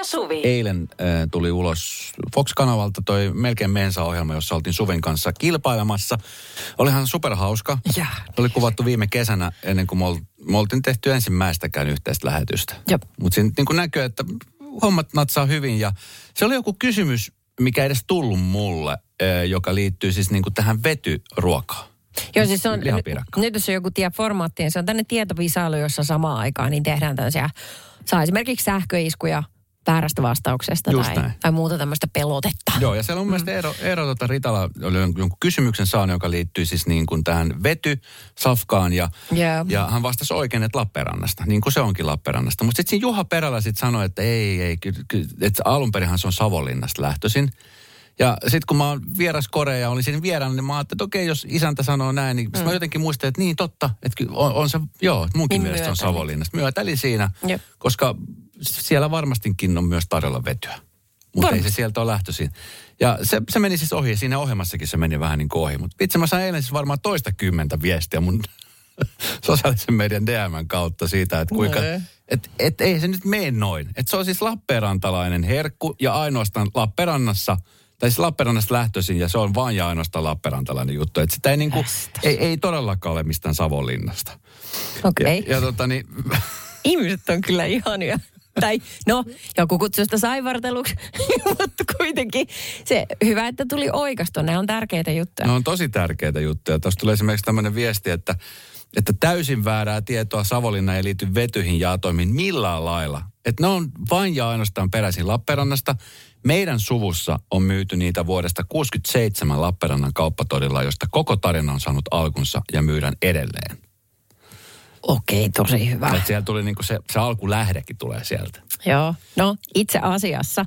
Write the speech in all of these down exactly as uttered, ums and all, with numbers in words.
Suvi. Eilen äh, tuli ulos Fox-kanavalta toi Melkein Mensa-ohjelma, jossa oltiin Suvin kanssa kilpailemassa. Olihan superhauska. Ja. Oli kuvattu viime kesänä ennen kuin me, ol, me oltiin tehty ensimmäistäkään yhteistä lähetystä. Mutta siinä niin kuin näkyy, että hommat natsaa hyvin. Ja se oli joku kysymys, mikä ei edes tullut mulle, äh, joka liittyy siis niin kuin tähän vetyruokaan. Joo, siis on, n- nyt jos on joku tie formaatti, niin se on tänne tietovisailu, jossa samaan aikaan niin tehdään tällaisia, saa esimerkiksi sähköiskuja väärästä vastauksesta tai, tai muuta tämmöistä pelotetta. Joo, ja siellä on mun mielestä Eero, Eero tota Ritala oli jonkun kysymyksen saanut, joka liittyy siis niin kuin tähän vety, safkaan, ja, yeah. ja hän vastasi oikein, että Lappeenrannasta, niin kuin se onkin Lappeenrannasta. Mutta sitten siinä Juha Perälä sitten sanoi, että ei, ei, että alunperinhan se on Savonlinnasta lähtöisin. Ja sitten kun mä oon vieras Korea ja olin siinä vieraana, niin mä ajattelin, että okei, jos isäntä sanoo näin, niin mm. mä jotenkin muistelin, että niin totta, että on, on se, joo, munkin niin mielestä myötäli. On Savonlinnasta. Myötäli siinä, Jep. koska siellä varmastikin on myös tarjolla vetyä. Mutta ei se sieltä ole lähtöisin. Ja se, se meni siis ohi, siinä ohjelmassakin se meni vähän niin kuin ohi. Mutta itse mä sain eilen siis varmaan toista kymmentä viestiä mun sosiaalisen median D M:n kautta siitä, että kuinka, että et, ei se nyt mene noin. Että se on siis lappeenrantalainen herkku ja ainoastaan Lappeenrannassa, tai siis Lappeenrannasta lähtöisin, ja se on vaan ja ainoastaan lappeenrantalainen juttu. Että sitä ei, niinku, ei, ei todellakaan ole mistään Savonlinnasta. Okei. Okay. Ja, ja tota niin... Ihmiset on kyllä ihania. Tai no, joku kutsui sitä saivarteluksi, mutta kuitenkin se hyvä, että tuli oikastua. Ne on tärkeitä juttuja. Ne on tosi tärkeitä juttuja. Tuossa tulee esimerkiksi tämmöinen viesti, että, että täysin väärää tietoa Savonlinna ei liity vetyihin ja atoimiin millään lailla. Että ne on vain ja ainoastaan peräisin Lappeenrannasta. Meidän suvussa on myyty niitä vuodesta kuusikymmentäseitsemän Lappeenrannan kauppatodilla, josta koko tarina on saanut alkunsa ja myydään edelleen. Okei, tosi hyvä. Että siellä tuli niinku se, se alkulähdekin tulee sieltä. Joo, no itse asiassa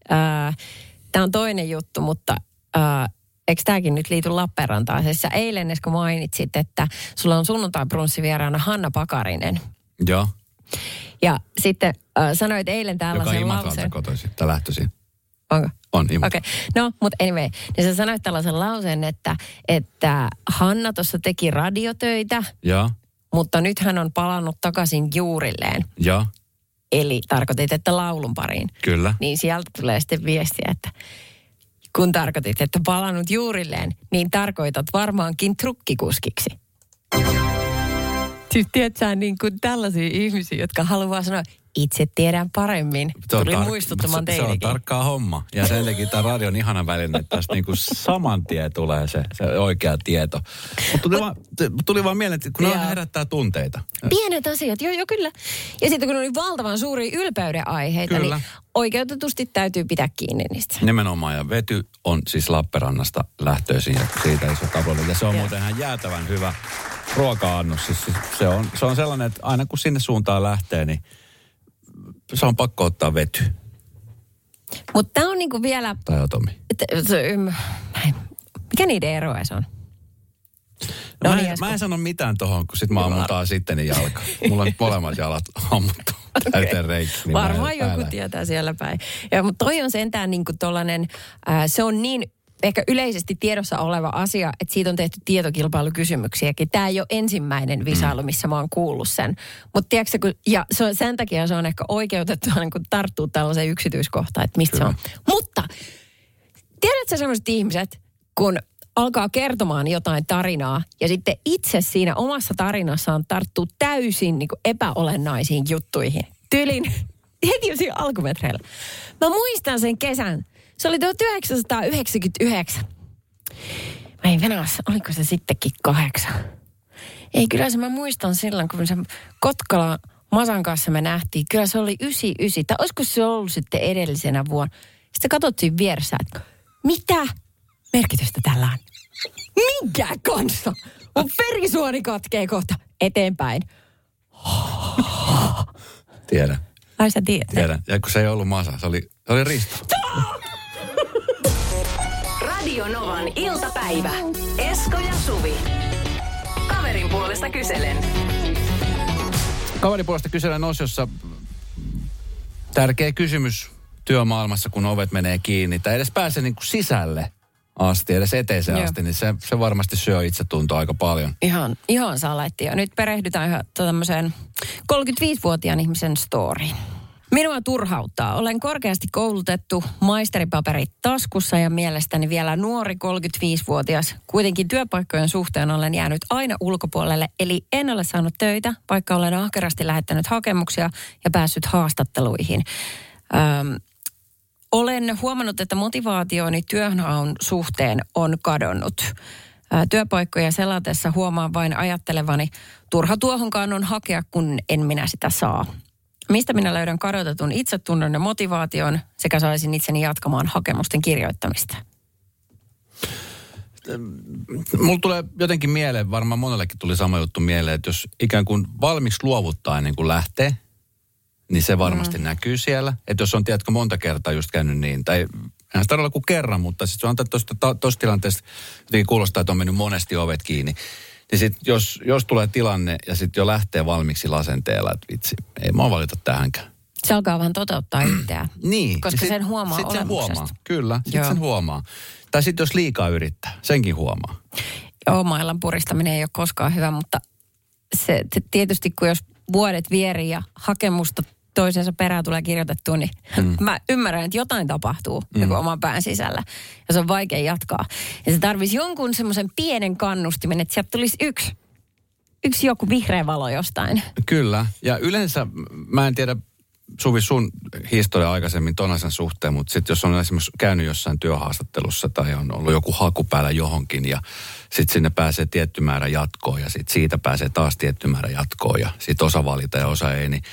tämä on toinen juttu, mutta ää, eikö tämäkin nyt liity Lappeenrantaan? Siis sä eilen, kun mainitsit, että sulla on sunnuntai-brunssivieraana Hanna Pakarinen. Joo. Ja sitten äh, sanoit eilen tällaisen lauseen. Joka Imatralta kotoisin, tai lähtöisin. Onko? On, Imatra. Okei. Okay. No, mutta anyway. Niin sä sanoit tällaisen lauseen, että, että Hanna tuossa teki radiotöitä. Joo. Mutta nyt hän on palannut takaisin juurilleen. Joo. Eli tarkoitit, että laulun pariin. Kyllä. Niin sieltä tulee sitten viestiä, että kun tarkoitit, että palannut juurilleen, niin tarkoitat varmaankin trukkikuskiksi. Siis tiedätkö sä niin kuin tällaisia ihmisiä, jotka haluaa sanoa, itse tiedän paremmin. Tuli tar- muistuttamaan teillekin. Se on tarkkaa homma. Ja sen takia tämä radion ihana väline, että tästä niin kuin saman tien tulee se, se oikea tieto. Mutta tuli, vaan, tuli vaan mieleen, että kun ne herättää tunteita. Pienet asiat, joo, joo kyllä. Ja sitten kun ne oli valtavan suuria ylpeyden aiheita, kyllä. Niin oikeutetusti täytyy pitää kiinni niistä. Nimenomaan, ja vety on siis Lappeenrannasta lähtöisin ja siitä iso tabloidi. Ja se on muuten ihan jäätävän hyvä ruoka-annos. Siis se, on, se on sellainen, että aina kun sinne suuntaan lähtee, niin se on pakko ottaa vety. Mutta tämä on niinku vielä... Tai atomi. Et, se, mikä niiden ero se on? No, mä, en, mä en sano mitään tohon, kun sit mä ammutaan sitten niin jalka. Mulla on molemmat jalat ammuttu. Okay. Reikki, niin varmaan joku päällä. Tietää siellä päin. Ja, mutta toi on sentään niinku tollanen, äh, se on niin ehkä yleisesti tiedossa oleva asia, että siitä on tehty tietokilpailukysymyksiäkin. Tämä ei ole ensimmäinen visailu, missä mä oon kuullut sen. Mutta tiedätkö, kun, ja se on, sen takia se on ehkä oikeutettu niin kun tarttuu tällaiseen yksityiskohtaan, että mistä Kyllä. se on. Mutta tiedätkö sellaiset ihmiset, kun alkaa kertomaan jotain tarinaa ja sitten itse siinä omassa tarinassaan tarttuu täysin niin kuin epäolennaisiin juttuihin. Tyylin heti siinä alkumetreillä. Mä muistan sen kesän. Se oli tuhatyhdeksänsataayhdeksänkymmentäyhdeksän. Mä en venässä, oliko se sittenkin kahdeksan? Ei, kyllä se mä muistan silloin, kun se Kotkala Masan kanssa me nähtiin. Kyllä se oli yhdeksänkymmentäyhdeksän, tai olisiko se ollut sitten edellisenä vuonna. Sitten katsottiin vieressä, että mitä merkitystä tällä on? Minkä kanssa? Mun verisuoni katkee kohta eteenpäin. Tiedän. Ai sä tiedät? Tiedän. Ja kun se ei ollut Masa, se oli, se oli Risto. Radio Novan iltapäivä. Esko ja Suvi. Kaverin puolesta kyselen. Kaverin puolesta kyselen osiossa tärkeä kysymys työmaailmassa, kun ovet menee kiinni. Tai edes pääse niin kuin sisälle asti, edes eteiseen Joo. asti, niin se, se varmasti syö itsetuntoa aika paljon. Ihan, ihan saletti. Ja nyt perehdytään ihan tämmöiseen kolmekymmentäviisivuotiaan ihmisen storyin. Minua turhauttaa. Olen korkeasti koulutettu, maisteripaperit taskussa ja mielestäni vielä nuori kolmekymmentäviisivuotias. Kuitenkin työpaikkojen suhteen olen jäänyt aina ulkopuolelle, eli en ole saanut töitä, vaikka olen ahkerasti lähettänyt hakemuksia ja päässyt haastatteluihin. Öm, olen huomannut, että motivaationi työnhaun suhteen on kadonnut. Ö, työpaikkoja selatessa huomaan vain ajattelevani, turha tuohonkaan on hakea, kun en minä sitä saa. Mistä minä löydän kadotetun itsetunnon ja motivaation sekä saisin itseni jatkamaan hakemusten kirjoittamista? Mulla tulee jotenkin mieleen, varmaan monellekin tuli sama juttu mieleen, että jos ikään kuin valmiiksi luovuttaa ennen kuin lähtee, niin se varmasti mm. näkyy siellä. Että jos on, tiedätkö, monta kertaa just käynyt niin, tai eihän sitä ole kuin kerran, mutta sitten se on tuossa tilanteessa jotenkin kuulostaa, että on mennyt monesti ovet kiinni. Niin sit jos, jos tulee tilanne ja sitten jo lähtee valmiiksi asenteella, että vitsi, ei mä valita tähänkään. Se alkaa vähän toteuttaa itseään. Niin. Koska sit, sen huomaa sit olemuksesta. Sen huomaa, kyllä. Sitten sen huomaa. Tai sitten jos liikaa yrittää, senkin huomaa. Joo, mailan puristaminen ei ole koskaan hyvä, mutta se tietysti kun jos vuodet vierii ja hakemusta toisensa perään tulee kirjoitettua, niin mm. mä ymmärrän, että jotain tapahtuu mm. joku oman pään sisällä. Ja se on vaikea jatkaa. Ja se tarvisi jonkun semmoisen pienen kannustimen, että sieltä tulisi yksi, yksi joku vihreä valo jostain. Kyllä. Ja yleensä, mä en tiedä, Suvi, sun historia aikaisemmin ton asian suhteen, mutta sitten jos on esimerkiksi käynyt jossain työhaastattelussa tai on ollut joku haku päällä johonkin ja sitten sinne pääsee tietty määrä jatkoon ja sitten siitä pääsee taas tietty määrä jatkoon ja sitten osa valita ja osa ei, niin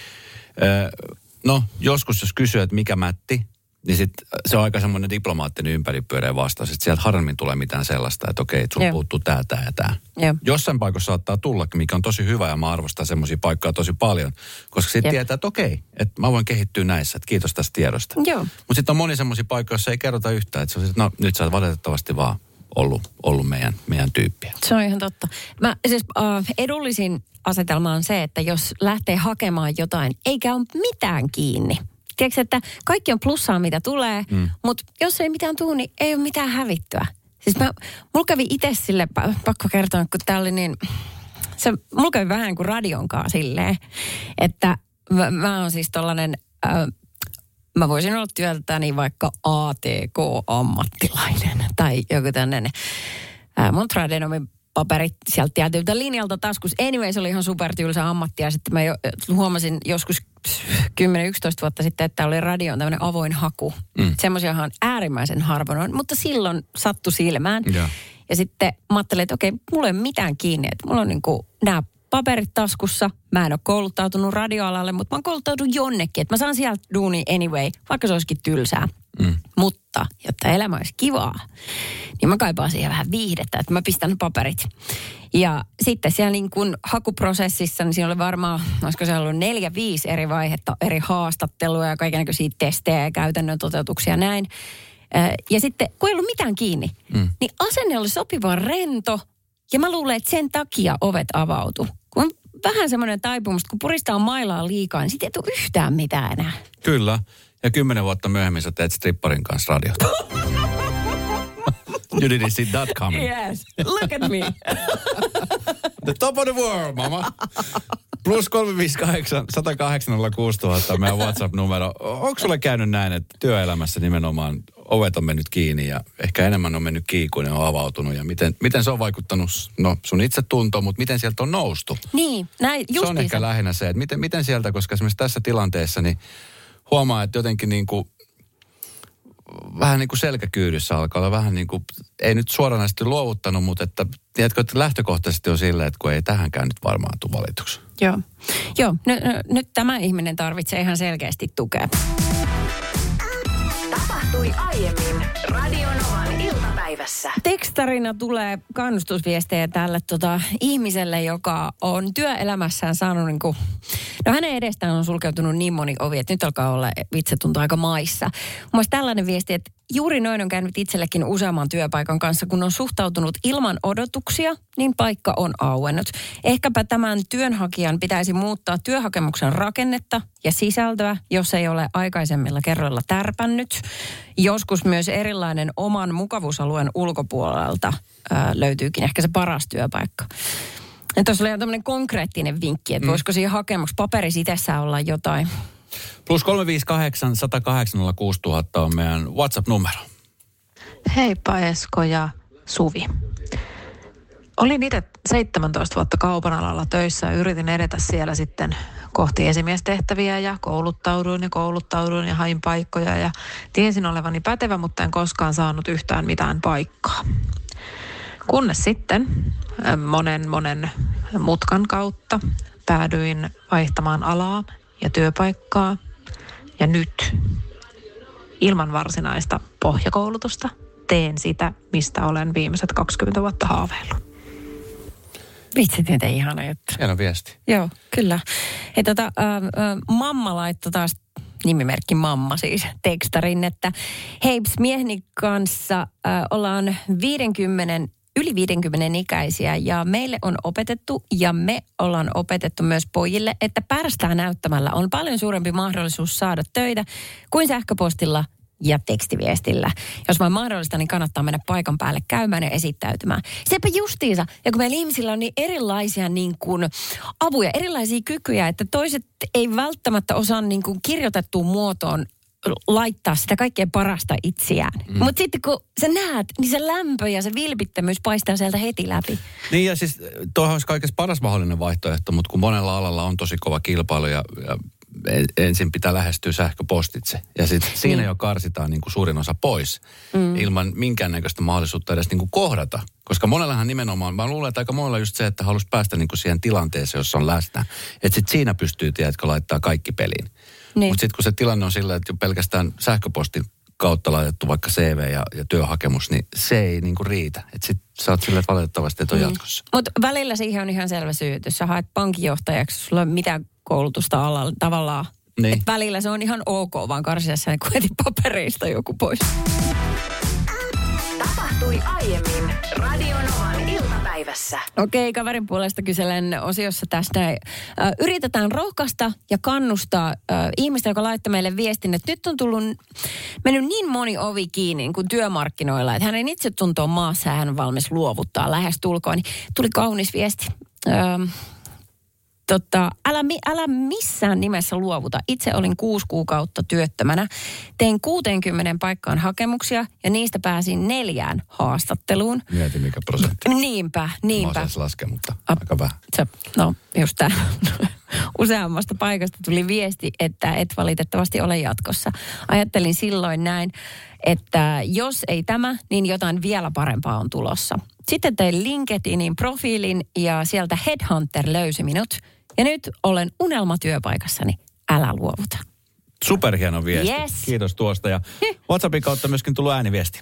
no, joskus jos kysyy, että mikä mätti, niin sit se on aika semmoinen diplomaattinen ympäripyöreä vastaus. Että sieltä harvemmin tulee mitään sellaista, että okei, sulla puuttuu tää, tää ja tää. Jep. Jossain paikassa saattaa tullakin, mikä on tosi hyvä ja mä arvostan semmoisia paikkoja tosi paljon. Koska sitten tietää, että okei, että mä voin kehittyä näissä, että kiitos tästä tiedosta. Mutta sitten on moni semmoisia paikkoja, joissa ei kerrota yhtään. Että se on, että no nyt sä oot valitettavasti vaan ollut, ollut meidän, meidän tyyppiä. Se on ihan totta. Mä siis äh, edullisin asetelma on se, että jos lähtee hakemaan jotain, eikä ole mitään kiinni. Tiedätkö, että kaikki on plussaa, mitä tulee, mm. mutta jos ei mitään tule, niin ei ole mitään hävittyä. Siis mä, mulla kävi itse sille, pakko kertoa, kun tää oli niin, se, mulla kävi vähän kuin radionkaan silleen, että mä, mä oon siis tollanen, äh, mä voisin olla työltäni vaikka A T K-ammattilainen tai joku tämmöinen äh, Montradenomin paperit sieltä tietyltä linjalta taskus. Anyway, se oli ihan supertyylsä ammatti ja sitten mä jo, huomasin joskus kymmenen yksitoista vuotta sitten, että oli radion tämmöinen avoin haku. Mm. Semmoisiahan on äärimmäisen harvoin, mutta silloin sattui silmään. Ja, ja sitten mä ajattelin, että okei, mulla ei ole mitään kiinni, että mulla on niin kuin nämä paperit taskussa. Mä en ole kouluttautunut radioalalle, mutta mä oon kouluttautunut jonnekin, että mä saan sieltä duuni anyway, vaikka se olisikin tylsää. Mm. Mutta, jotta elämä olisi kivaa, niin mä kaipaan siihen vähän viihdettä, että mä pistän paperit. Ja sitten siellä niin kuin hakuprosessissa, niin siinä oli varmaan, olisiko se ollut neljä, viisi eri vaihetta, eri haastatteluja ja kaikennäköisiä testejä ja käytännön toteutuksia ja näin. Ja sitten, kun ei ollut mitään kiinni, mm. niin asenne oli sopivan rento ja mä luulen, että sen takia ovet avautu. Kun on vähän semmoinen taipumus, kun puristaa mailaa liikaa, niin sitten ei tule yhtään mitään enää. Kyllä. Ja kymmenen vuotta myöhemmin sä teet stripparin kanssa radiota. You didn't see that coming. Yes, look at me. The top of the world, mama. Plus kolme viisi kahdeksan, sata kahdeksan nolla kuusi tuhatta meidän WhatsApp-numero. Onko sulle käynyt näin, että työelämässä nimenomaan ovet on mennyt kiinni ja ehkä enemmän on mennyt kiinni, kuin ne on avautunut? Ja miten, miten se on vaikuttanut no, sun itsetuntoon, mutta miten sieltä on noustu? Niin, näin justiinsa. Se on ehkä lähinnä se, että miten, miten sieltä, koska esimerkiksi tässä tilanteessa niin huomaa, että jotenkin niin kuin vähän niin kuin selkäkyydyssä alkaa olla vähän niin kuin, ei nyt suoranaisesti luovuttanut, mutta että tiedätkö, että lähtökohtaisesti on silleen, että kun ei tähänkään nyt varmaan tule valituksi. Joo, Joo. N- n- nyt tämä ihminen tarvitsee ihan selkeästi tukea. Tapahtui aiemmin Radio Novan iltapäivässä. Tekstarina tulee kannustusviestejä tälle tota, ihmiselle, joka on työelämässään saanut niin kuin, no hänen edestään on sulkeutunut niin moni ovi, että nyt alkaa olla itsetunto aika maissa. Mun tällainen viesti, että juuri noin on käynyt itsellekin useamman työpaikan kanssa, kun on suhtautunut ilman odotuksia, niin paikka on auennut. Ehkäpä tämän työnhakijan pitäisi muuttaa työhakemuksen rakennetta ja sisältöä, jos ei ole aikaisemmilla kerroilla tärpännyt. Joskus myös erilainen oman mukavuusalueen ulkopuolelta ää, löytyykin ehkä se paras työpaikka. Ja tuossa oli ihan tämmöinen konkreettinen vinkki, että mm. voisiko siinä hakemuksessa paperissa itsessään olla jotain Plus kolme viisi kahdeksan, yksi nolla kahdeksan, nolla kuusi nolla nolla nolla on meidän WhatsApp-numero. Heippa Esko ja Suvi. Olin itse seitsemäntoista vuotta kaupan alalla töissä ja yritin edetä siellä sitten kohti esimiestehtäviä ja kouluttauduin ja kouluttauduin ja hain paikkoja ja tiesin olevani pätevä, mutta en koskaan saanut yhtään mitään paikkaa. Kunnes sitten monen monen mutkan kautta päädyin vaihtamaan alaa ja työpaikkaa ja nyt ilman varsinaista pohjakoulutusta teen sitä, mistä olen viimeiset kaksikymmentä vuotta haaveillut. Vitsit, miten ihana juttu. Hieno viesti. Joo, kyllä. Hei, tota, äh, äh, mamma laittoi taas, nimimerkki mamma siis, tekstarin, että heips, mieheni kanssa äh, ollaan viidenkymmenen, yli viidenkymmenen ikäisiä ja meille on opetettu ja me ollaan opetettu myös pojille, että pärstää näyttämällä on paljon suurempi mahdollisuus saada töitä kuin sähköpostilla ja tekstiviestillä. Jos vain mahdollista, niin kannattaa mennä paikan päälle käymään ja esittäytymään. Sepä justiinsa. Ja kun meillä ihmisillä on niin erilaisia niin kuin avuja, erilaisia kykyjä, että toiset ei välttämättä osaa niin kuin kirjoitettuun muotoon laittaa sitä kaikkein parasta itseään. Mm. Mutta sitten kun sä näet, niin se lämpö ja se vilpittömyys paistaa sieltä heti läpi. Niin ja siis tuohan olisi kaikessa paras mahdollinen vaihtoehto, mutta kun monella alalla on tosi kova kilpailu ja, ja ensin pitää lähestyä sähköpostitse. Ja sitten siinä jo karsitaan niin kuin suurin osa pois mm. ilman minkäännäköistä mahdollisuutta edes niin kuin kohdata. Koska monellahan nimenomaan, mä luulen, että aika monella just se, että halusi päästä niin kuin siihen tilanteeseen, jossa on läsnä. Että sitten siinä pystyy, tiedätkö, laittaa kaikki peliin. Niin. Mutta sitten kun se tilanne on sillä, että pelkästään sähköpostin kautta laitettu vaikka C V ja, ja työhakemus, niin se ei niinku riitä. Että sit sä oot silleen, että valitettavasti et ole mm. jatkossa. Mutta välillä siihen on ihan selvä syy, että jos sä haet pankinjohtajaksi, sulla on mitään koulutusta alalla tavallaan. Niin. Että välillä se on ihan ok, vaan karsiassa niin kun heti papereista joku pois. Tapahtui aiemmin Radionovan iltapäivässä. Okei, kaverin puolesta kyselen osiossa tästä. Äh, yritetään rohkaista ja kannustaa äh, ihmistä, joka laittaa meille viestin, että nyt on tullut, mennyt niin moni ovi kiinni niin kuin työmarkkinoilla, että hänen itse tuntuu maassa ja hän on valmis luovuttaa lähestulkoon. Niin tuli kaunis viesti. Äh, Totta, älä, älä missään nimessä luovuta. Itse olin kuusi kuukautta työttömänä. Tein kuuteenkymmeneen paikkaan hakemuksia ja niistä pääsin neljään haastatteluun. Mieti mikä prosentti. Niinpä, niinpä. Mä osaisin laskea, mutta A, aika vähän. Se, no, just tämä. Useammasta paikasta tuli viesti, että et valitettavasti ole jatkossa. Ajattelin silloin näin, että jos ei tämä, niin jotain vielä parempaa on tulossa. Sitten tein LinkedInin profiilin ja sieltä Headhunter löysi minut. Ja nyt olen unelmatyöpaikassani. Älä luovuta. Superhieno viesti. Yes. Kiitos tuosta. Ja WhatsAppin kautta myöskin tullut ääniviesti.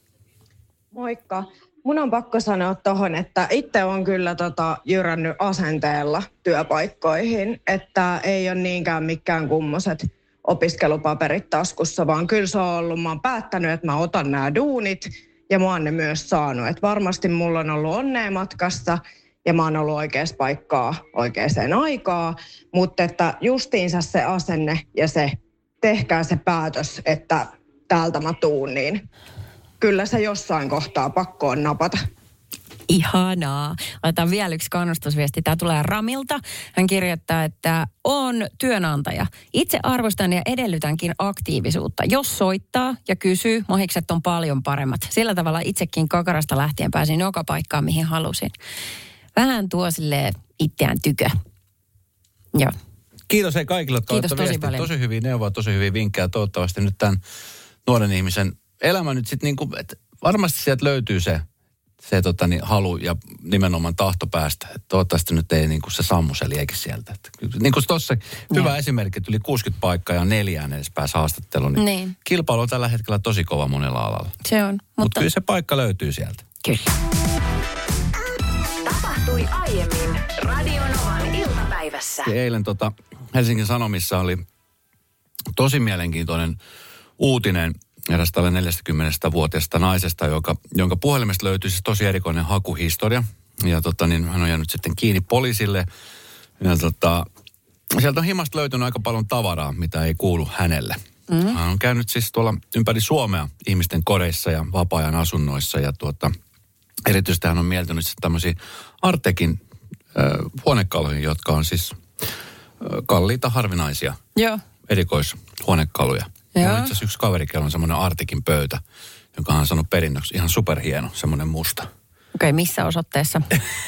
Moikka. Mun on pakko sanoa tohon, että itse on kyllä tota jyrännyt asenteella työpaikkoihin. Että ei ole niinkään mikään kummoset opiskelupaperit taskussa, vaan kyllä se on ollut. Mä oon päättänyt, että mä otan nämä duunit ja mä oon ne myös saanut. Että varmasti mulla on ollut onnea matkassa. Ja mä oon ollut oikeassa paikkaa oikeaan aikaan, mutta että justiinsa se asenne ja se, tehkää se päätös, että täältä mä tuun, niin kyllä se jossain kohtaa pakko on napata. Ihanaa. Laitetaan vielä yksi kannustusviesti. Tämä tulee Ramilta. Hän kirjoittaa, että on työnantaja. Itse arvostan ja edellytänkin aktiivisuutta. Jos soittaa ja kysyy, mahikset on paljon paremmat. Sillä tavalla itsekin kakarasta lähtien pääsin joka paikkaan, mihin halusin. Vähän tuo silleen itseään tykö. Joo. Kiitos hei kaikille, jotka Kiitos tosi viestit. paljon. Tosi hyviä neuvoja, tosi hyviä vinkkejä. Toivottavasti nyt tämän nuoren ihmisen elämä nyt sitten niinku, että varmasti sieltä löytyy se, se tota, niin, halu ja nimenomaan tahto päästä. Et toivottavasti nyt ei niinku, se sammu se lieki sieltä. Et, niin kuin tuossa hyvä esimerkki, että yli kuusikymmentä paikkaa ja neljään edes pääsi haastatteluun. Niin niin. Kilpailu on tällä hetkellä tosi kova monella alalla. Se on. Mutta Mut kyllä se paikka löytyy sieltä. Kyllä. Tapahtui aiemmin Radionovan iltapäivässä. Eilen tota, Helsingin Sanomissa oli tosi mielenkiintoinen uutinen erästä alle neljäkymmentävuotiaasta naisesta, joka, jonka puhelimesta löytyi siis tosi erikoinen hakuhistoria. Ja tota, niin hän on jäänyt sitten kiinni poliisille. Ja tota, sieltä on himasta löytynyt aika paljon tavaraa, mitä ei kuulu hänelle. Mm. Hän on käynyt siis tuolla ympäri Suomea ihmisten kodeissa ja vapaa-ajan asunnoissa. Ja tuota, erityisesti hän on mieltynyt sitten tämmöisiä Artekin äh, huonekaluihin, jotka on siis äh, kalliita, harvinaisia. Joo. erikoishuonekaluja. Mulla on itse asiassa yksi kaveri, kello on semmoinen Artikin pöytä, jonka hän on saanut perinnöksi. Ihan superhieno, semmoinen musta. Okei, okay, missä osoitteessa?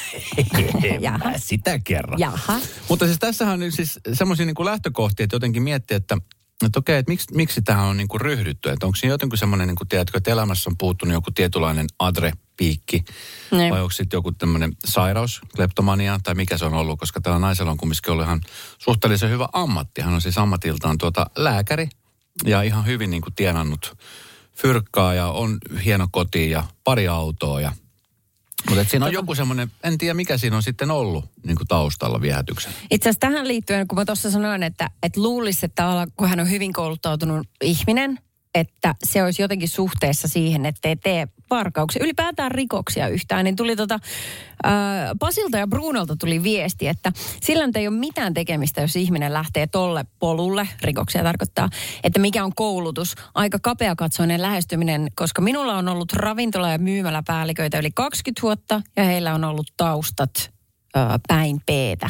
Jaha. Sitä kerran. Jaha. Mutta siis tässähän on nyt siis semmoisia niin kuin lähtökohtia, että jotenkin miettii, että että okei, että miksi, miksi tähän on niin kuin ryhdytty? Että onko siinä jotenkin semmoinen, niin kuin tiedätkö, että elämässä on puuttunut joku tietynlainen adre-piikki? Ne. Vai onko sitten joku tämmöinen sairaus, kleptomania tai mikä se on ollut? Koska tällä naisella on kumminkin ollut ihan suhteellisen hyvä ammatti. Hän on siis ammatiltaan tuota lääkäri ja ihan hyvin niin kuin tienannut fyrkkaa ja on hieno koti ja pari autoa ja mutta siinä on joku semmoinen, en tiedä mikä siinä on sitten ollut niin kuin taustalla viehätyksen. Itse asiassa tähän liittyen, kun mä tuossa sanoin, että, että luulisi, että kun hän on hyvin kouluttautunut ihminen, että se olisi jotenkin suhteessa siihen, että ei tee varkauksia, ylipäätään rikoksia yhtään, niin tuli tota, ää, Pasilta ja Brunolta tuli viesti, että sillä ei ole mitään tekemistä, jos ihminen lähtee tolle polulle, rikoksia tarkoittaa, että mikä on koulutus, aika kapeakatsoinen lähestyminen, koska minulla on ollut ravintola- ja myymäläpäälliköitä yli kaksikymmentä vuotta ja heillä on ollut taustat ää, päin peetä.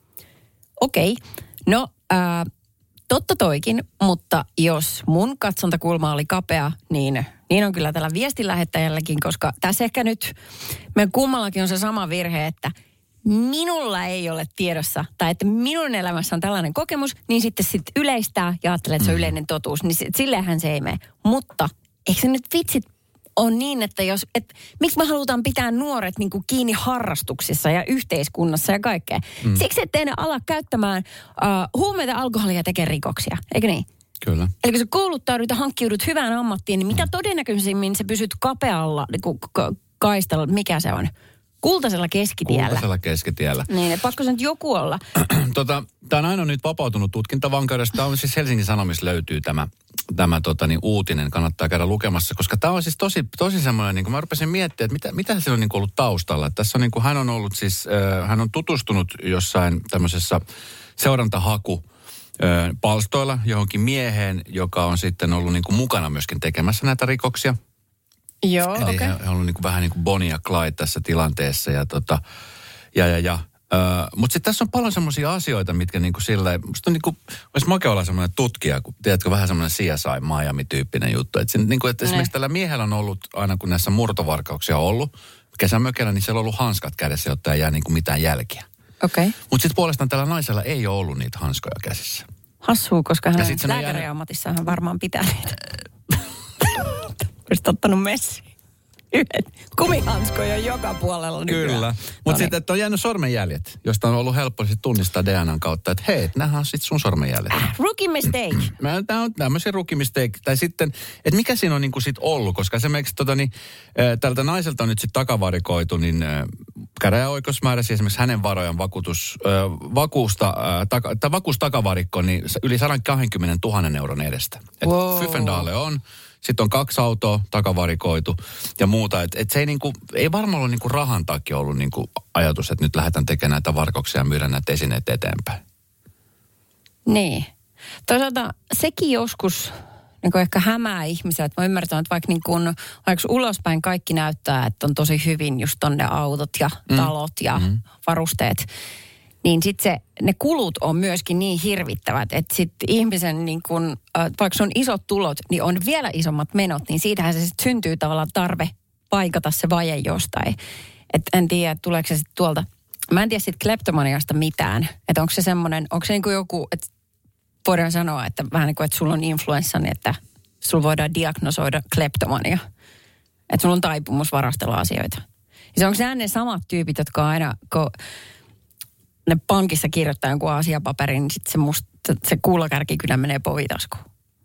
Okei, no ää, totta toikin, mutta jos mun katsontakulma oli kapea, niin, niin on kyllä tällä viestin lähettäjälläkin, koska tässä ehkä nyt meidän kummallakin on se sama virhe, että minulla ei ole tiedossa, tai että minun elämässä on tällainen kokemus, niin sitten sit yleistää ja ajattelee, että se on yleinen totuus, niin silleenhän se ei mene. Mutta eikö se nyt vitsit on niin, että jos, et, miksi me halutaan pitää nuoret niin kuin kiinni harrastuksissa ja yhteiskunnassa ja kaikkea? Mm. Siksi, ettei ne ala käyttämään uh, huumeita, alkoholia ja tekee rikoksia, eikö niin? Kyllä. Eli kun sä kouluttaudut ja hankkiudut hyvään ammattiin, niin mitä todennäköisimmin sä pysyt kapealla niin kuin ka- kaistalla, mikä se on? Kultaisella keskitiellä. Kultaisella keskitiellä. Niin, että pakko se nyt joku olla. tota, tämä nainen on nyt vapautunut tutkintavankeudesta. Tämä on siis Helsingin Sanomissa löytyy tämä, tämä tota, niin, uutinen. Kannattaa käydä lukemassa, koska tämä on siis tosi, tosi semmoinen, niin kuin mä rupesin miettimään, että mitä, mitä se on niin kuin ollut taustalla. Tässä on niin kuin, hän on ollut siis, äh, hän on tutustunut jossain tämmöisessä seurantahaku äh, palstoilla johonkin mieheen, joka on sitten ollut niin kuin mukana myöskin tekemässä näitä rikoksia. Joo, Eli okei. Okay. He on ollut niin kuin, vähän niin kuin Bonnie ja Clyde tässä tilanteessa ja tota, ja ja ja. Öö, mutta sitten tässä on paljon semmoisia asioita, mitkä niin kuin silleen, musta on niin kuin, olisi makea olla semmoinen tutkija, kun tiedätkö, vähän semmoinen C S I Miami-tyyppinen juttu. Että niin kuin, että esimerkiksi tällä miehellä on ollut, aina kun näissä murtovarkauksia on ollut, kesämökellä, niin siellä on ollut hanskat kädessä, jotta ei jää niin kuin mitään jälkiä. Okei. Okay. Mutta sitten puolestaan tällä naisella ei ole ollut niitä hanskoja käsissä. Hassua, koska hänen lääkäriammatissaan hän varmaan pitää niitä. Olisit ottanut messiin. Yhden kumihanskoja joka puolella nykyään. Kyllä. Mutta sitten, että on jäänyt sormenjäljet, josta on ollut helppo sit tunnistaa D N A:n kautta, että hei, nämähän on sitten sun sormenjäljet. Äh, rookie mistake. Tämä on tämmöisiä rookie mistake. Tai sitten, että mikä siinä on niinku sit ollut, koska esimerkiksi tota, niin, tältä naiselta on nyt sitten takavarikoitu, niin käräjäoikeus määräsi esimerkiksi hänen varojan vakuutus, äh, vakuusta, äh, taka, tai vakuustakavarikko, niin yli sata kaksikymmentätuhatta euron edestä. Wow. Fyffendaale on. Sitten on kaksi autoa takavarikoitu ja muuta. Että et se ei, niinku, ei varmaan ole niinku rahan takia ollut niinku ajatus, että nyt lähdetään tekemään näitä varkauksia ja myydä näitä esineitä eteenpäin. Niin. Toisaalta sekin joskus niin ehkä hämää ihmisiä. Että mä ymmärrän, että vaikka, niin kun, vaikka ulospäin kaikki näyttää, että on tosi hyvin just tonne autot ja talot mm. ja mm. varusteet, niin sitten ne kulut on myöskin niin hirvittävät, että sitten ihmisen, niin kun, äh, vaikka se on isot tulot, niin on vielä isommat menot, niin siitähän se sitten syntyy tavallaan tarve paikata se vaje jostain. Että en tiedä, tuleeko se sitten tuolta. Mä en tiedä sitten kleptomaniasta mitään. Että onko se semmoinen, onko se niin kuin joku, että voidaan sanoa, että vähän niin kuin, että sulla on influenssan, että sulla voidaan diagnosoida kleptomania. Että sulla on taipumus varastella asioita. Ja se onko nämä ne samat tyypit, jotka aina, kun ne pankissa kirjoittaa jonkun asiapaperin, niin sitten se, musta, se kuulakärki kyllä menee povitaskuun.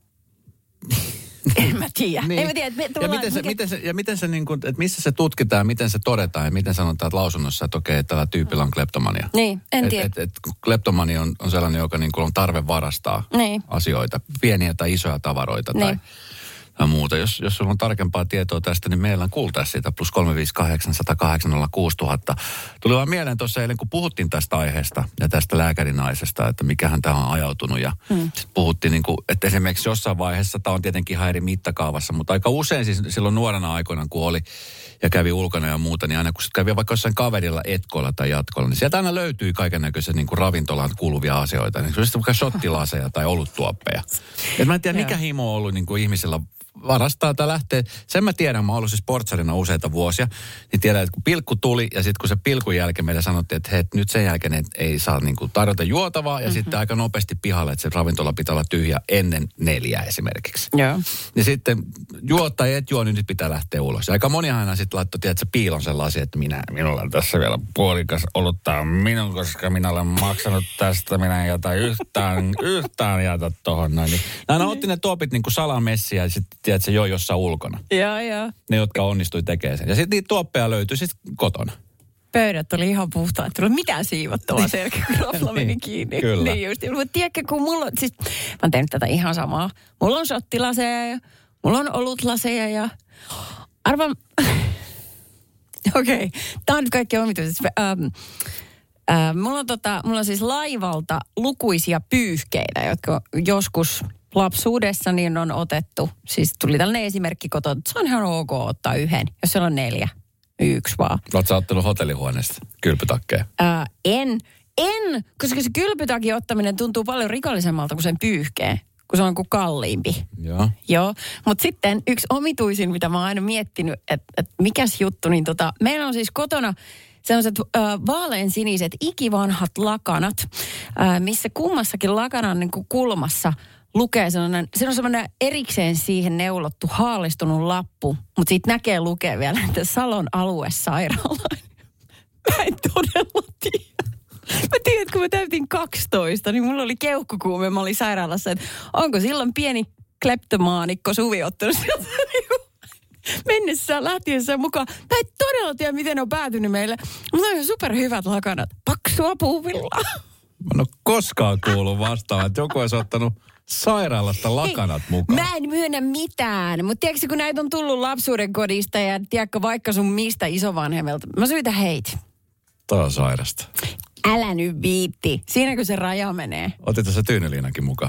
En mä tiedä. Niin. En mä tiedä, että me ja miten se, mikä... miten se, ja miten se niin kuin, että missä se tutkitaan, miten se todetaan ja miten sanotaan että lausunnossa, että okei, tällä tyypillä on kleptomania. Niin, en tiedä. Että et, et, kleptomania on, on sellainen, joka niin kuin on tarve varastaa niin. asioita, pieniä tai isoja tavaroita niin. tai, ja muuta. Jos, jos sulla on tarkempaa tietoa tästä, niin meillä on kuultaa siitä plus kolme viisi kahdeksan, yksi nolla kahdeksan, nolla kuusi nolla nolla nolla. Tuli vaan mieleen tuossa eilen, kun puhuttiin tästä aiheesta ja tästä lääkärinaisesta, että mikähän tähän on ajautunut. Ja mm. sitten puhuttiin, niin kuin, että esimerkiksi jossain vaiheessa, tämä on tietenkin ihan eri mittakaavassa, mutta aika usein siis silloin nuorena aikoina, kun oli ja kävi ulkona ja muuta, niin aina kun kävi vaikka jossain kaverilla etkolla tai jatkolla, niin sieltä aina löytyi kaikennäköisiä niin kuin ravintolaan kuuluvia asioita. Niin se olisi vaikka shottilaseja tai oluttuoppeja. Et mä en tiedä, mikä himo on ollut niin kuin ihmisillä varastaa tai lähtee. Sen mä tiedän, mä oon ollut siis sportsarina useita vuosia, niin tiedän, että kun pilkku tuli ja sitten kun se pilkun jälkeen meille sanottiin, että hei, nyt sen jälkeen ei saa niin kuin tarjota juotavaa ja mm-hmm. sitten aika nopeasti pihalle, että se ravintola pitää olla tyhjä ennen neljää esimerkiksi. Joo. Ja sitten juo tai et juo, niin nyt pitää lähteä ulos. Ja aika monihan aina sitten laittoi, tiedätkö, piilon sellaisia, että minä, minulla on tässä vielä puolikas olutta minun, koska minä olen maksanut tästä, minä en jätä yhtään, yhtään jätä tohon noin. Niin, aina otti ne tuopit niin kuin salamessiä ja sitten tiedätkö, joo jossain ulkona. Joo, joo. Ne, jotka onnistui tekemään sen. Ja sitten niitä tuoppeja löytyi sitten kotona. Pöydät oli ihan puhtaat. Ei tullut mitään siivottavaa sen jälkeen, kun rafla meni kiinni. Kyllä. Niin just. Mutta tiedätkö, kun mulla on, siis mä oon tehnyt tätä ihan samaa. Mulla on shottilaseja ja mulla on olutlaseja ja arvan, okei, okay. Tää on nyt kaikki omituisesti. Ähm, äh, mulla, on tota, mulla on siis laivalta lukuisia pyyhkeitä, jotka joskus lapsuudessa niin on otettu. Siis tuli tällainen esimerkki kotoa, että se on ihan ok ottaa yhden, jos siellä on neljä. Yksi vaan. Oletko sä ottanut hotellihuoneesta kylpytakkeja? Ää, en, en, koska se kylpytakin ottaminen tuntuu paljon rikollisemmalta kuin sen pyyhkeen, kun se on kuin kalliimpi. Joo. Joo, mutta sitten yksi omituisin, mitä mä oon aina miettinyt, että et mikäs juttu, niin tota, meillä on siis kotona sellaiset äh, vaaleansiniset ikivanhat lakanat, äh, missä kummassakin lakanan niin kuin kulmassa lukee sellainen, se on semmoinen erikseen siihen neulottu haalistunut lappu, mutta siitä näkee lukee vielä, että Salon aluesairaala. Mä en todella tiedä. Mä tiedän, että kun mä täytin kaksitoista, niin mulla oli keuhkokuume, mä olin sairaalassa, että onko silloin pieni kleptomaanikko Suvi ottanut sieltä mennessään, lähtiessään mukaan. Mä en todella tiedä, miten ne on päätynyt meille, mutta on superhyvät lakanat. Paksua puuvillaa. Mä en ole koskaan kuullut vastaan, että joku olisi ottanut sairaalasta lakanat Hei, mukaan. Mä en myönnä mitään, mutta tiedätkö, kun näitä on tullut lapsuuden kodista ja tiedätkö vaikka sun mistä isovanhemmelta, mä syytän heitä. Toi on sairasta. Älä nyt viitti. Siinäkö se raja menee? Otit tässä Tyyneliinakin mukaan.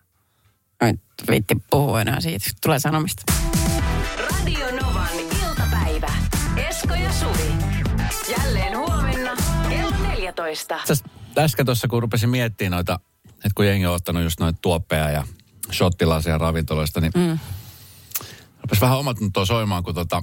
Ai, viitti puhua enää siitä, tulee sanomista. Radio Novan iltapäivä. Esko ja Suvi. Jälleen huomenna kello neljätoista. Äsken tuossa, kun rupesin miettimään noita, että kun jengi on ottanut just noita tuoppeja ja shottilaisia ravintoloista, niin mm. rupesi vähän omat tuo soimaan, kun tota,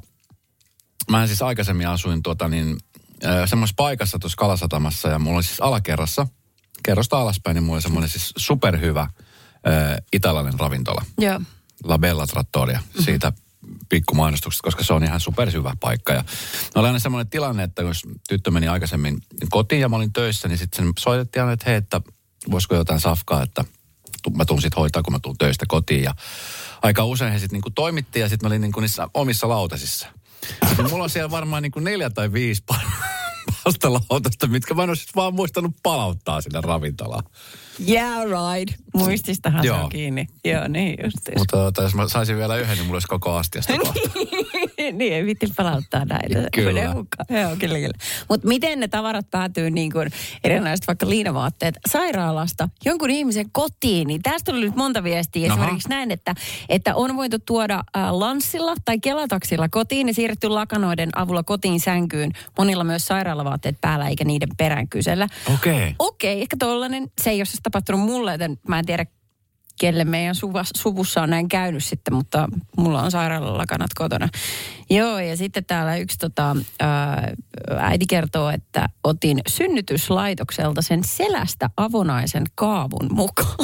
mä siis aikaisemmin asuin tuota niin, semmoisessa paikassa tuossa Kalasatamassa ja mulla oli siis alakerrassa, kerrosta alaspäin, niin mulla oli semmoinen siis superhyvä äh, italialainen ravintola. Joo. La Bella Trattoria, mm-hmm. siitä pikkumainostuksesta, koska se on ihan superhyvä paikka. Ja oli aina semmoinen tilanne, että jos tyttö meni aikaisemmin kotiin ja mä olin töissä, niin sitten soitettiin aina, että hei, että voisiko jotain safkaa, että mä tuun sit hoitaa, kun mä tuun töistä kotiin. Ja aika usein he sitten niinku toimitti ja sitten mä olin niinku niissä omissa lautasissa. Ja mulla on siellä varmaan niinku neljä tai viisi pastalautasta, mitkä mä en ole sit vaan muistanut palauttaa sinne ravintolaan. Yeah, right. Muististahan se on kiinni. Joo, niin justiin. Mutta tota, jos mä saisin vielä yhden, niin mulla olisi koko astiasta kohta. Niin, ei vitti palauttaa näitä. Kyllä. Joo, kyllä, kyllä. Mutta miten ne tavarat päätyy niin kuin erilaiset vaikka liinavaatteet sairaalasta jonkun ihmisen kotiin, niin tästä tuli nyt monta viestiä. Aha. Esimerkiksi näin, että, että on voitu tuoda äh, lanssilla tai kelataksilla kotiin ja siirretty lakanoiden avulla kotiin sänkyyn. Monilla myös sairaalavaatteet päällä eikä niiden perään kysellä. Okei. Okay. Okei, okay, ehkä tollainen, se ei ole siis tapahtunut mulle, joten mä en tiedä, kelle meidän suvas, suvussa on näin käynyt sitten, mutta mulla on sairaalalakanat kotona. Joo, ja sitten täällä yksi tota, ää, äiti kertoo, että otin synnytyslaitokselta sen selästä avonaisen kaavun mukaan.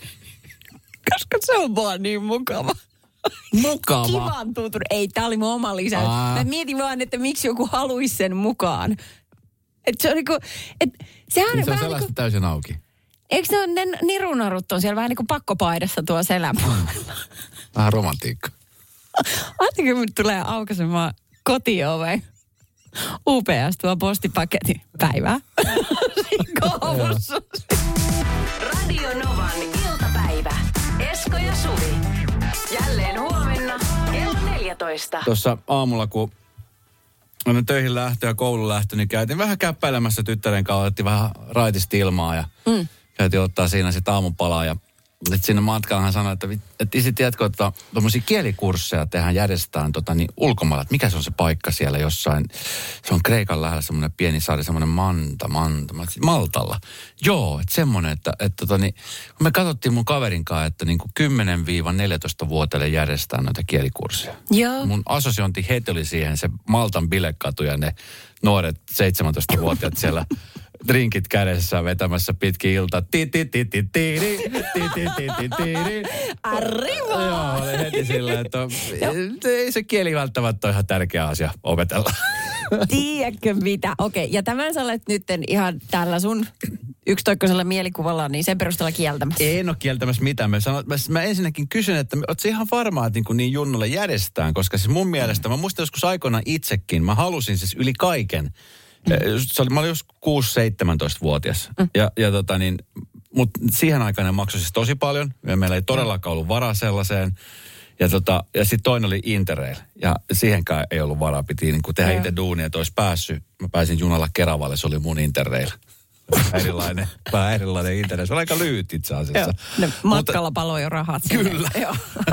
Koska se on vaan niin mukava. Mukava? Kivan tuntunut. Ei, tää oli mun oma lisäys. Aa. Mä mietin vaan, että miksi joku haluaisi sen mukaan. Että se on niinku, että sehän niin se on vähän selästä niinku, täysin auki. eikö ne, ne nirunarut on siellä vähän niin kuin pakkopaidassa tuo selän puolella? Vähän romantiikka. Ajattelin, kun tulee aukaisemaan kotioveen. U P S tuo postipaketti. Päivää. Kaavussa. Radio Novan iltapäivä. Esko ja Suvi. Jälleen huomenna neljätoista. Tuossa aamulla, kun olen töihin lähtö ja koulun lähtö, niin käytiin vähän käppäilemässä tyttären kanssa, otettiin vähän raitisti ilmaa ja mm. käytiin ottaa siinä sitten aamupalaa. Ja sitten siinä matkalla hän sanoi, että, että isi, tiedätkö, että tuommoisia kielikursseja tehdään järjestetään tota, niin ulkomailla. Että mikä se on se paikka siellä jossain? Se on Kreikan lähellä semmoinen pieni saari, semmoinen Manta, Manta, Maltalla. Joo, että semmoinen, että, että tota, niin, kun me katsottiin mun kaverin kanssa, että niin kuin kymmenen neljätoista vuotiaille järjestetään noita kielikursseja. Joo. Mun assosiointi heti oli siihen se Maltan bilekatu ja ne nuoret seitsemäntoistavuotiaat siellä drinkit kädessä vetämässä pitkin iltaa. Arriva! Joo, oli heti silleen, että ei se kieli välttämättä ole ihan tärkeä asia opetella. Tiedätkö mitä? Okei, ja tämän sä olet nyt ihan tällä sun yksitoikkoisella mielikuvalla, niin sen perusteella kieltämässä. En ole kieltämässä mitään. Mä, sanon, mä, mä ensinnäkin kysyn, että ootko ihan varmaa, että niin, niin junnulle järjestetään, koska siis mun mielestä, mä muistan joskus aikoinaan itsekin, mä halusin siis yli kaiken. Mm. Se oli, mä olin joskus kuusi seitsemäntoista-vuotias. Mm. Ja, ja tota niin, mutta siihen aikaan ne maksoi siis tosi paljon. Ja meillä ei todellakaan ollut varaa sellaiseen. Ja, tota, ja sitten toinen oli Interrail. Ja siihenkään ei ollut varaa. Piti niin tehdä itse duunia, että olisi päässyt. Mä pääsin junalla Keravalle, se oli mun Interrail. Erilainen, vähän erilainen Interrail. Se oli aika lyhyt itse asiassa. Joo, matkalla paloi jo rahat sinne. Kyllä. Joo.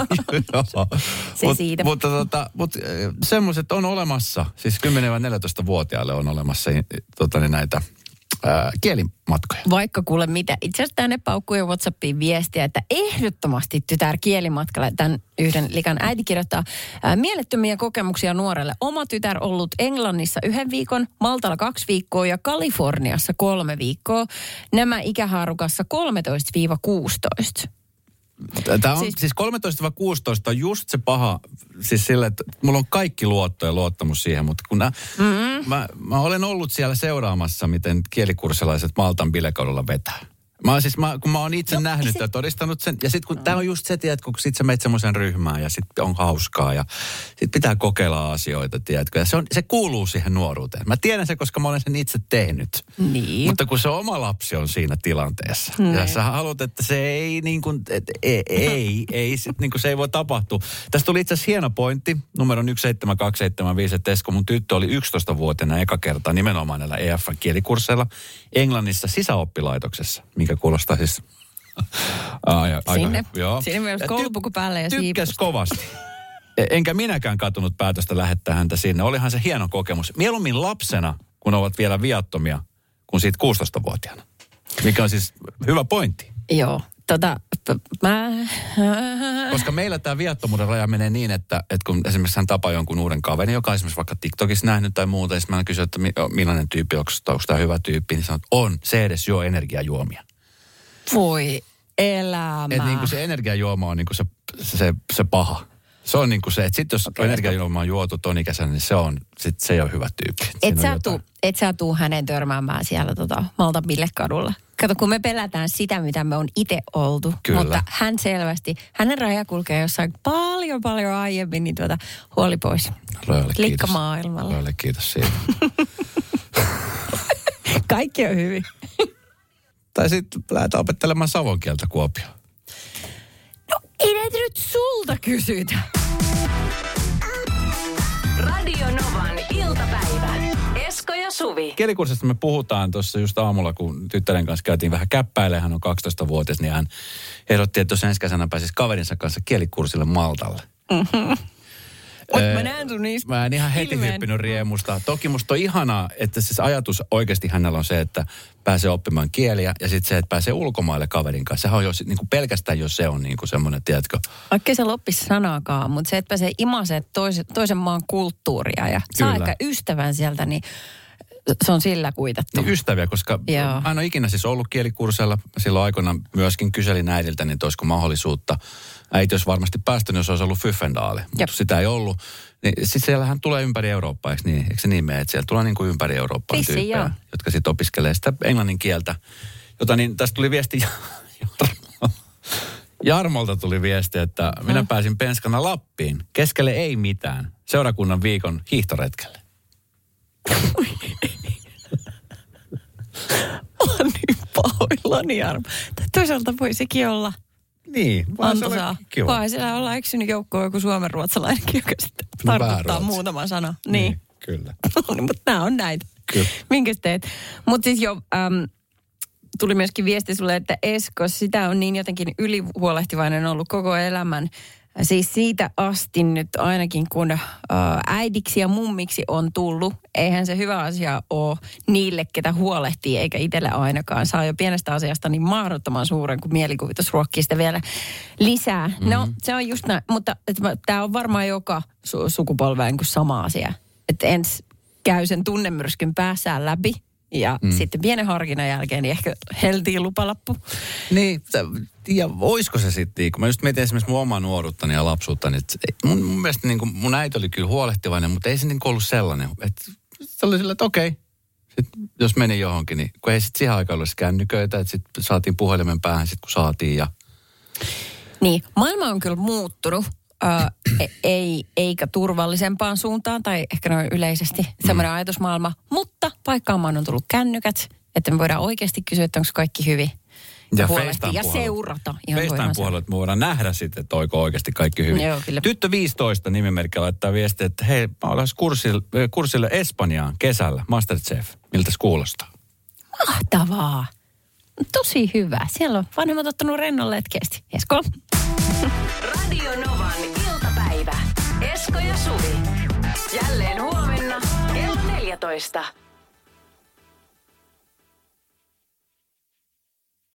Se Mut, siitä. Mutta tota, mut, semmoiset on olemassa, siis kymmenen neljätoista-vuotiaille on olemassa tota, niin näitä ää, kielimatkoja. Vaikka kuule mitä. Itse asiassa tänne paukkuu jo WhatsAppiin viestiä, että ehdottomasti tytär kielimatkalle. Tämän yhden likan äiti kirjoittaa ää, mielettömiä kokemuksia nuorelle. Oma tytär ollut Englannissa yhden viikon, Maltalla kaksi viikkoa ja Kaliforniassa kolme viikkoa. Nämä ikähaarukassa kolmetoista kuusitoista. Tämä on, siis, siis kolmetoista kuusitoista on just se paha, siis sille, että mulla on kaikki luotto ja luottamus siihen, mutta kun nää, mm-hmm. mä, mä olen ollut siellä seuraamassa, miten kielikurssilaiset Maltan bilekadulla vetää. Mä siis, mä, kun mä oon itse no, nähnyt se... ja todistanut sen, ja sitten kun mm. tää on just se, tiedätkö, kun sit sä menet semmoisen ryhmään ja sitten on hauskaa ja sit pitää kokeilla asioita, tiedätkö, ja se, on, se kuuluu siihen nuoruuteen. Mä tiedän se, koska mä olen sen itse tehnyt. Niin. Mutta kun se oma lapsi on siinä tilanteessa, mm. ja sä haluat, että se ei niin kuin, et, ei, ei, ei sit niin kuin se ei voi tapahtua. Tästä tuli itse asiassa hieno pointti, numeron yksi seitsemän kaksi seitsemän viisi, että Esko, mun tyttö oli yksitoistavuotiaana eka kertaa nimenomaan näillä E F-kielikursseilla Englannissa sisäoppilaitoksessa, mikä kuulostaa siis aika, sinne, aika, joo. Sinne myös koulupuku päälle ja siipusta. Tykkäs kovasti. Enkä minäkään katunut päätöstä lähettää häntä sinne. Olihan se hieno kokemus. Mieluummin lapsena, kun ovat vielä viattomia, kuin siitä kuusitoistavuotiaana. Mikä on siis hyvä pointti. Joo. Tota, mä... Koska meillä tämä viattomuuden raja menee niin, että, että kun esimerkiksi hän tapaa jonkun uuden kaverin, joka on esimerkiksi vaikka TikTokissa nähnyt tai muuta, ja sitten mä kysyn, että millainen tyyppi, onko, onko tämä hyvä tyyppi, niin sanoo, että on, se edes juo energiajuomia. Voi elämä. Että niin kuin se energiajuoma on niin kuin se, se, se paha. Se on niin kuin se, että sitten jos okay, energiajuoma on juotu ton ikäisenä, niin se on, sit se ei ole hyvä tyyppi. Et sä, tuu, et sä tuu hänen törmäämään siellä tota, Maltan bilekadulla. Kato, kun me pelätään sitä, mitä me on itse oltu. Kyllä. Mutta hän selvästi, hänen raja kulkee jossain paljon, paljon aiemmin, niin tuota, huoli pois. Lojalle kiitos. Likka maailmalla. Lojalle kiitos siitä. Kaikki on hyvin. Tai sitten lähdetään opettelemaan savon kieltä Kuopioon. No ei näitä nyt sulta kysytä. Radio Novan iltapäivä. Esko ja Suvi. Kielikurssista me puhutaan tuossa just aamulla, kun tyttären kanssa käytiin vähän käppäilemään. Hän on kaksitoistavuotias, niin hän ehdotti, että jos ensi kesänä pääsisi kaverinsa kanssa kielikurssille Maltalle. Mm-hmm. Mutta mä näen sun niistä. Mä en ihan heti hyppinyt riemusta. Toki musta on ihanaa, että siis ajatus oikeasti hänellä on se, että pääsee oppimaan kieliä ja sitten se, että pääsee ulkomaille kaverin kanssa. Sehän on jo niin kuin pelkästään, jos se on niin kuin semmoinen, tiedätkö. Vaikka se loppisi sanaakaan, mutta se, että pääsee imasee toisen, toisen maan kulttuuria ja saa aika ystävän sieltä, niin se on sillä kuitattu. Niin ystäviä, koska Joo. hän on ikinä siis ollut kielikurssilla. Silloin aikoina myöskin kyselin äidiltä, niin olisiko mahdollisuutta. Äiti olisi varmasti päästänyt, jos olisi ollut Fyffendaali, mutta Jep. sitä ei ollut. Niin sitten siellähän tulee ympäri Eurooppaa, eikö, niin? Eikö se niin mene? Että siellä tulee niin kuin ympäri Eurooppaa Pissi, tyyppejä, joo. jotka sitten opiskelee sitä englannin kieltä. Jota niin, tästä tuli viesti Jarmolta tuli viesti, että minä hmm. pääsin penskana Lappiin. Keskelle ei mitään. Seurakunnan viikon hiihtoretkelle. Mä oon niin pahoillani, Jarmo. Tai toisaalta voi sekin olla Niin, vaan se Antoisaa. on kiva. Vaan siellä ollaan eksynyt joukkoon joku suomenruotsalainenkin, joka sitten No, tarkoittaa muutaman sana. Niin. niin kyllä. Mutta nämä on näitä. Kyllä. Minkäs teet? Mutta siis jo äm, tuli myöskin viesti sulle, että Esko, sitä on niin jotenkin ylihuolehtivainen ollut koko elämän. Siis siitä asti nyt ainakin, kun ä, äidiksi ja mummiksi on tullut, eihän se hyvä asia ole niille, ketä huolehtii, eikä itselle ainakaan. Saa jo pienestä asiasta niin mahdottoman suuren, kun mielikuvitus ruokkii sitä vielä lisää. Mm-hmm. No, se on just näin, mutta tämä on varmaan joka su- sukupolveen kuin sama asia. Että ens käy sen tunnemyrskyn päässään läpi. Ja mm. sitten pienen harkinnan jälkeen niin ehkä heltiin lupalappu. Niin, ja oisko se sitten, kun mä just mietin esimerkiksi mun omaa nuoruuttani ja lapsuuttani, että mun, mun mielestä niin kuin, mun äiti oli kyllä huolehtivainen, mutta ei se niin kuin ollut sellainen. Että se oli sillä, että okei, sit, jos meni johonkin, niin kun ei sitten siihen aikaan olisi kännyköitä, että sitten saatiin puhelimen päähän sitten kun saatiin. Ja... Niin, maailma on kyllä muuttunut. Ö, ei, eikä turvallisempaan suuntaan, tai ehkä noin yleisesti semmoinen mm. ajatusmaailma. Mutta paikkaamaan on tullut kännykät, että me voidaan oikeasti kysyä, että onko kaikki hyvin. Ja, ja, ja seurata. FaceTime-puhelu, että me voidaan nähdä sitten, että oiko oikeasti kaikki hyvin. Joo, kyllä. Tyttö viisitoista nimimerkki laittaa viestiä, että hei, mä olen kurssille, kurssille Espanjaan kesällä, Masterchef. Miltä se kuulostaa? Mahtavaa. Tosi hyvä. Siellä on vanhemmat ottanut rennolle etkeästi. Esko. Radio Novan iltapäivä. Esko ja Suvi. Jälleen huomenna kello neljätoista.